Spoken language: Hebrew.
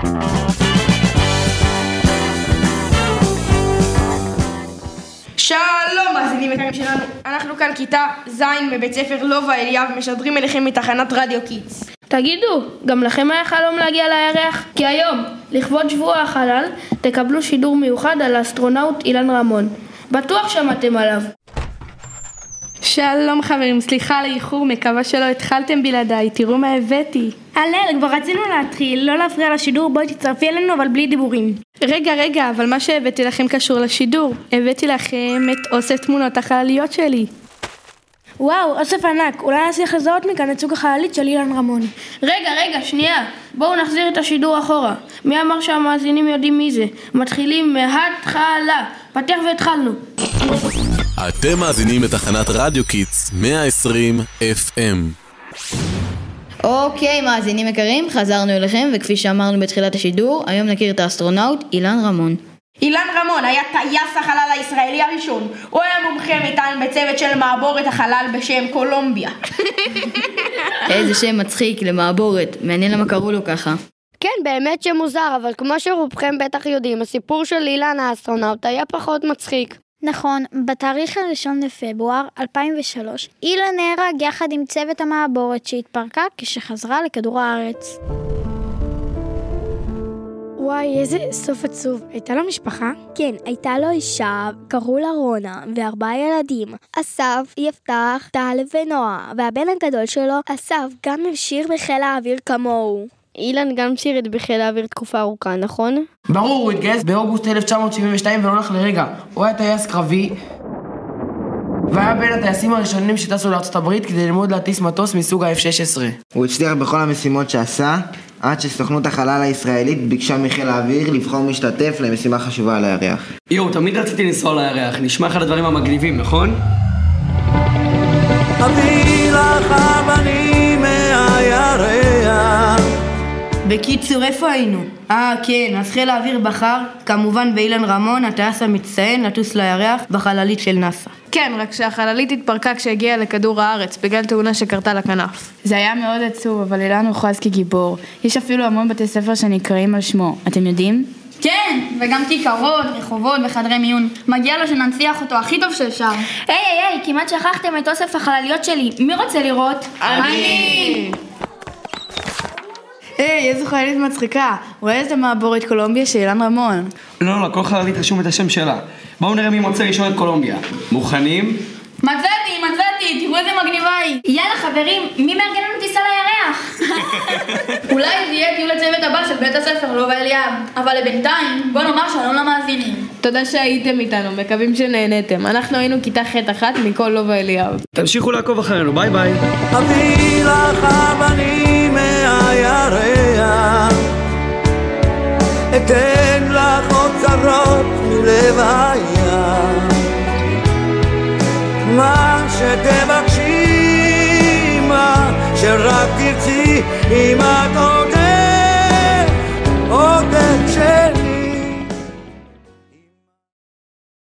שלום מאזינים יקרים שלנו, אנחנו כאן כיתה ז' בבית ספר לובה אליאב, משדרים אליכם מתחנת רדיו קיטס. תגידו, גם לכם היה חלום להגיע לירח? כי היום, לכבוד שבוע החלל, תקבלו שידור מיוחד על האסטרונאוט אילן רמון. בטוח שמעתם עליו. שלום חברים, סליחה על האיחור, מקווה שלא התחלתם בלעדיי, תראו מה הבאתי. הלל, כבר רצינו להתחיל, לא להפריע לשידור, בואי תצטרפי אלינו אבל בלי דיבורים. רגע, אבל מה שהבאתי לכם קשור לשידור. הבאתי לכם את אוסף תמונות החלליות שלי. וואו, אוסף ענק, אולי נצליח לזהות מכאן את סוג החללית של אילן רמון. רגע, שנייה, בואו נחזיר את השידור אחורה. מי אמר שהמאזינים יודעים מי זה? מתחילים מההתחלה, פתח והתחלנו. אתם מאזינים לתחנת רדיו קיטס 120 FM. אוקיי, מאזינים יקרים, חזרנו אליכם, וכפי שאמרנו בתחילת השידור, היום נכיר את האסטרונאוט אילן רמון. אילן רמון היה טייס החלל הישראלי הראשון. הוא היה מומחה מטען בצוות של מעבורת החלל בשם קולומביה. איזה שם מצחיק למעבורת, מעניין למה קראו לו ככה. כן, באמת שמוזר, אבל כמו שרובכם בטח יודעים, הסיפור של אילן האסטרונאוט היה פחות מצחיק. נכון, בתאריך 1 לפברואר 2003, אילן נהרג יחד עם צוות המעבורת שהתפרקה כשחזרה לכדור הארץ. וואי, איזה סוף עצוב. הייתה לו משפחה? כן, הייתה לו אישה, קראו לה רונה, ו4 ילדים. אסף, יפתח, טל ונועה, והבן הגדול שלו, אסף, גם המשיך בחיל האוויר כמוהו. אילן גם שירת בחיל האוויר תקופה ארוכה, נכון? ברור, הוא התגייס באוגוסט 1972 ולא הלך לרגע. הוא היה טייס קרבי, והיה בין הטייסים הראשונים שטסו לארצות הברית כדי ללמוד להטיס מטוס מסוג ה-F-16. הוא הצליח בכל המשימות שעשה, עד שסוכנות החלל הישראלית ביקשה מחיל האוויר לבחור משתתף למשימה חשובה על הירח. תמיד רציתי לנסוע לירח, נשמע אחד הדברים המגניבים, נכון? אביא לך אבנים מהירח. בקיצור, איפה היינו? כן, אז חיל האוויר בחר, כמובן באילן רמון, הטייס המצטיין, לטוס לירח בחללית של נאס"א. כן, רק שהחללית התפרקה כשהגיעה לכדור הארץ, בגלל תאונה שקרתה לכנף. זה היה מאוד עצוב, אבל אילן הוכרז כגיבור. יש אפילו המון בתי ספר שנקראים על שמו, אתם יודעים? כן, וגם כיכרות, רחובות וחדרי מיון. מגיע לו שננציח אותו הכי טוב שאפשר. היי, כמעט שכחתם את אוסף החלליות שלי. מי רוצה לראות? אני! איזו חללית מצחיקה. רואה את המעבורת קולומביה של אילן רמון. לא, כל חללית רשום את השם שלה. בואו נראה מי מוצא ראשון את קולומביה. מוכנים? מצאתי, תראו איזה מגניבה היא. יאללה חברים, מי מארגן לנו טיסה לירח? אולי זה יהיה טיול לצוות הבא של בית הספר לובה אליאב. אבל לבינתיים, בוא נאמר שלום למאזינים. תודה שהייתם איתנו, מקווים שנהנתם. אנחנו היינו כיתה ח'1 מכל לובה אליאב. תמשיכו לעקוב אחרינו, ביי. אביא לך אבנים מהירח, אתן לך אוצרות מלב הים, מה שתבקשי, מה שרק תרצי, אם את